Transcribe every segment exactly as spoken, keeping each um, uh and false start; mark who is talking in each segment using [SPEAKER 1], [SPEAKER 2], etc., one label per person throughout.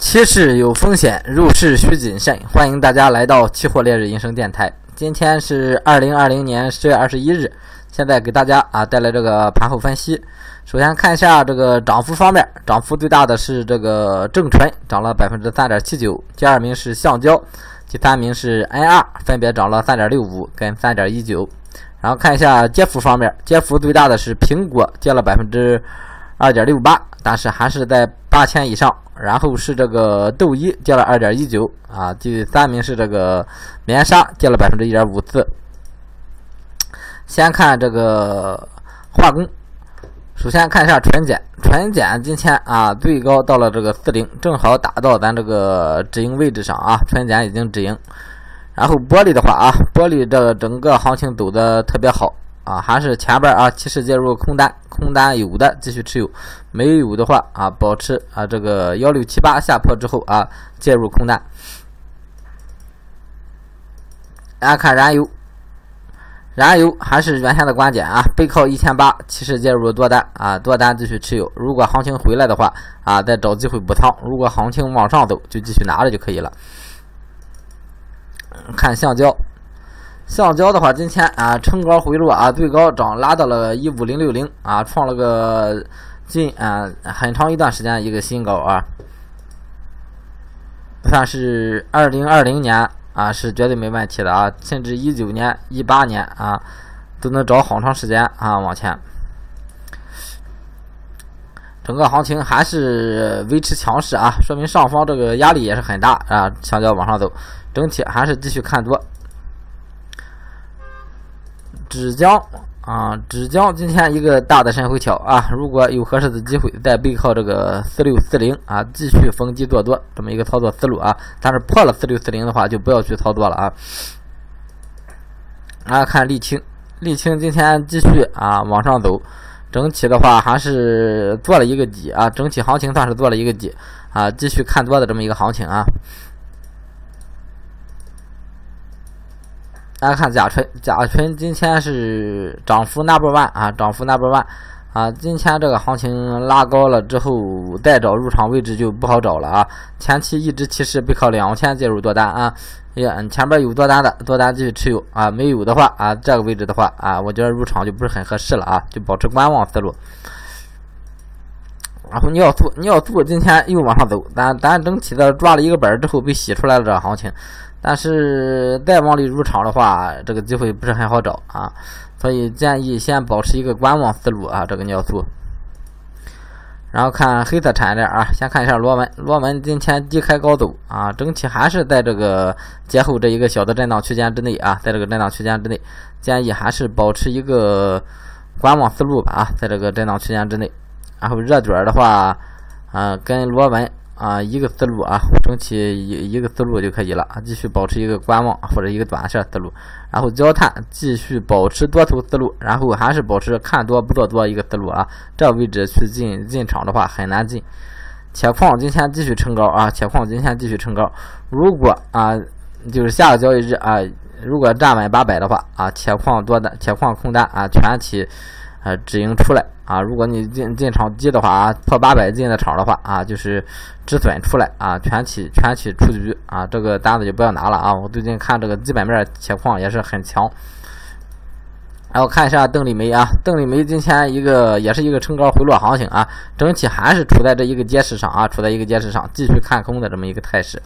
[SPEAKER 1] 期市有风险，入市需谨慎。欢迎大家来到期货烈日银声电台。今天是二零二零年十月二十一日，现在给大家啊带来这个盘后分析。首先看一下这个涨幅方面，涨幅最大的是这个正纯，涨了 百分之三点七九， 第二名是橡胶，第三名是 N 二， 分别涨了 三点六五 跟 三点一九。然后看一下跌幅方面，跌幅最大的是苹果，跌了 百分之二点六八， 但是还是在八千以上。然后是这个豆一跌了 二点一九 啊，第三名是这个棉纱跌了 百分之一点五四。 先看这个化工，首先看一下纯碱，纯碱今天啊最高到了这个四零，正好打到咱这个止盈位置上啊，纯碱已经止盈。然后玻璃的话啊，玻璃这个整个行情走的特别好啊，还是前边啊期市介入空单，空单有的继续持有，没有的话啊保持啊这个一六七八下破之后啊介入空单。大家看燃油，燃油还是原先的观点啊，背靠一千八，期市介入多单啊，多单继续持有，如果行情回来的话啊再找机会补仓，如果行情往上走就继续拿着就可以了。看橡胶，橡胶的话今天啊冲高回落啊，最高涨拉到了一五零六零啊，创了个近啊很长一段时间一个新高啊，算是二零二零年啊是绝对没问题的啊，甚至一九年一八年啊都能找好长时间啊往前。整个行情还是维持强势啊，说明上方这个压力也是很大啊，橡胶往上走，整体还是继续看多。纸浆啊，纸浆今天一个大的深回调啊，如果有合适的机会，再背靠这个四六四零啊，继续逢低做多，这么一个操作思路啊。但是破了四六四零的话，就不要去操作了啊。大家看沥青，沥青今天继续啊往上走，整体的话还是做了一个底啊，整体行情算是做了一个底啊，继续看多的这么一个行情啊。大家看甲醇，甲醇今天是涨幅 number one 啊，涨幅 number one 啊，今天这个行情拉高了之后，再找入场位置就不好找了啊。前期一直其实背靠两千介入多单啊，也前边有多单的多单继续持有啊，没有的话啊，这个位置的话啊，我觉得入场就不是很合适了啊，就保持观望思路。然后尿素，尿素今天又往上走，咱咱整体的抓了一个本之后被洗出来了这个行情。但是再往里入场的话，这个机会不是很好找啊，所以建议先保持一个观望思路啊。这个尿素，然后看黑色产业链啊，先看一下螺纹，螺纹今天低开高走啊，整体还是在这个节后这一个小的震荡区间之内啊，在这个震荡区间之内，建议还是保持一个观望思路吧啊，在这个震荡区间之内。然后热卷的话，啊，跟螺纹。啊，一个思路啊，整体一一个思路就可以了啊，继续保持一个观望或者一个短线思路。然后焦炭继续保持多头思路，然后还是保持看多不做多一个思路啊，这位置去进进场的话很难进。铁矿今天继续冲高啊，铁矿今天继续冲高，如果啊就是下个交易日啊，如果站稳八百的话啊，铁矿多单铁矿空单啊全体呃止盈出来啊，如果你进进场低的话啊，破八百进的场的话啊，就是止损出来啊，全体全体出局啊，这个单子就不要拿了啊。我最近看这个基本面铁矿也是很强。然后看一下邓丽梅啊，邓丽梅今天一个也是一个冲高回落行情啊，整体还是处在这一个跌势上啊，处在一个跌势上，继续看空的这么一个态势。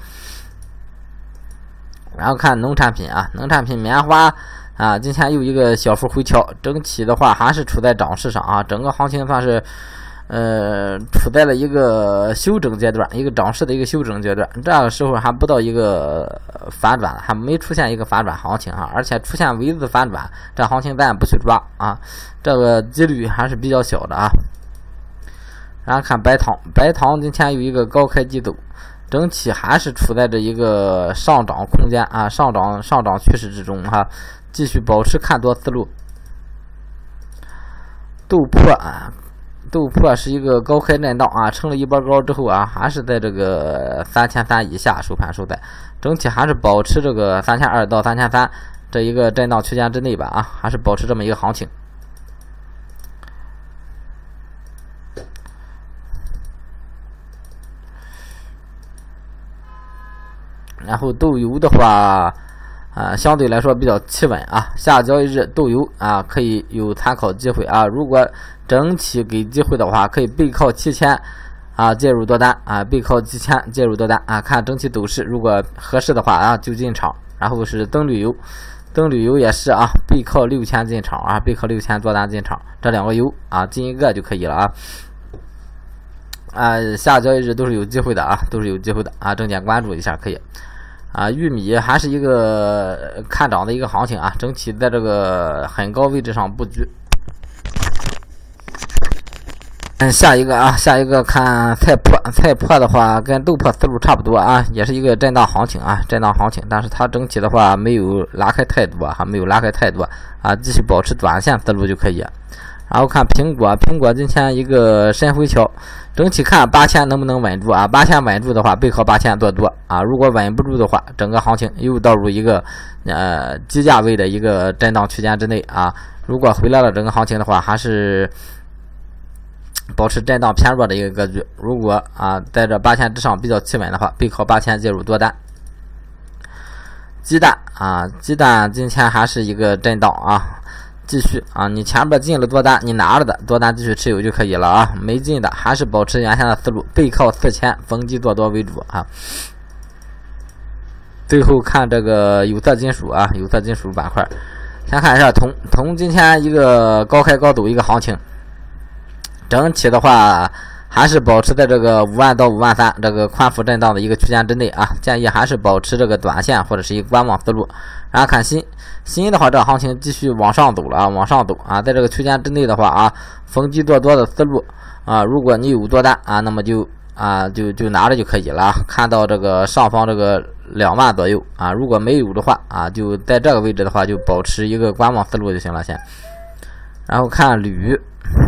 [SPEAKER 1] 然后看农产品啊，农产品棉花啊，今天又一个小幅回调，整体的话还是处在涨势上啊，整个行情算是呃处在了一个修整阶段，一个涨势的一个修整阶段，这个时候还不到一个反转，还没出现一个反转行情啊，而且出现 V 字反转，这行情咱不去抓啊，这个几率还是比较小的啊。然后看白糖，白糖今天有一个高开低走，整体还是处在这一个上涨空间啊，上涨上涨趋势之中哈、啊，继续保持看多思路。豆粕啊，豆粕是一个高开震荡啊，撑了一波高之后啊，还是在这个三千三以下收盘收在，整体还是保持这个三千二到三千三这一个震荡区间之内吧啊，还是保持这么一个行情。 然后豆油的话啊，相对来说比较企稳啊，下交易日豆油啊可以有参考机会啊。如果整体给机会的话，可以背靠期前啊介入多单啊，背靠期前介入多单啊，看整体走势，如果合适的话啊就进场。然后是灯旅游，灯旅游也是啊，背靠六千进场啊，背靠六千多单进场，这两个油啊进一个就可以了啊。啊，下交易日都是有机会的啊，都是有机会的啊，重点关注一下可以。啊，玉米还是一个看涨的一个行情啊，整体在这个很高位置上布局。嗯，下一个啊，下一个看菜粕，菜粕的话跟豆粕思路差不多啊，也是一个震荡行情啊，震荡行情，但是它整体的话没有拉开太多，还没有拉开太多啊，继续保持短线思路就可以。然后看苹果，苹果今天一个深回调，整体看八千能不能稳住啊？八千稳住的话，背靠八千多多啊。如果稳不住的话，整个行情又倒入一个呃低价位的一个震荡区间之内啊。如果回来了整个行情的话，还是保持震荡偏弱的一个格局。如果啊在这八千之上比较企稳的话，背靠八千介入多单。鸡蛋啊，鸡蛋今天还是一个震荡啊。继续啊，你前边进了多单，你拿着的多单继续持有就可以了啊。没进的还是保持原先的思路，背靠四千，逢低做多为主啊。最后看这个有色金属啊，有色金属板块，先看一下铜，铜今天一个高开高走一个行情，整体的话还是保持在这个五万到五万三这个宽幅震荡的一个区间之内啊，建议还是保持这个短线或者是一个观望思路。然后看新新的话，这个行情继续往上走了啊，往上走啊，在这个区间之内的话啊，逢低做多的思路啊，如果你有多单啊，那么就啊就就拿着就可以了。看到这个上方这个两万左右啊，如果没有的话啊，就在这个位置的话就保持一个观望思路就行了先。然后看铝。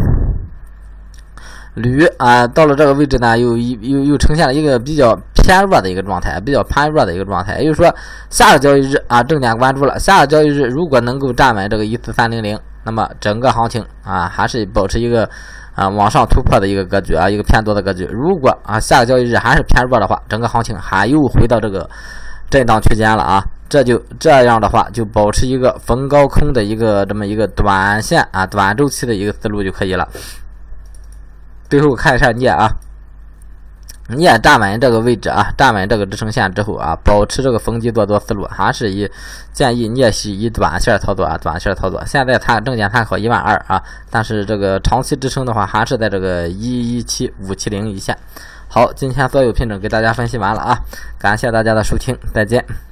[SPEAKER 1] 铝啊，到了这个位置呢，又又又呈现了一个比较偏弱的一个状态，比较偏弱的一个状态。也就是说，下个交易日啊，重点关注了。下个交易日如果能够站稳这个一四三零零，那么整个行情啊，还是保持一个啊往上突破的一个格局啊，一个偏多的格局。如果啊下个交易日还是偏弱的话，整个行情还又回到这个震荡区间了啊。这就这样的话，就保持一个逢高空的一个这么一个短线啊短周期的一个思路就可以了。最后看一下镍啊，镍站稳这个位置啊，站稳这个支撑线之后啊，保持这个逢低做多思路，还是以建议镍系以短线操作啊，短线操作。现在参正点参考一万二啊，但是这个长期支撑的话，还是在这个一一七五七零一线。好，今天所有品种给大家分析完了啊，感谢大家的收听，再见。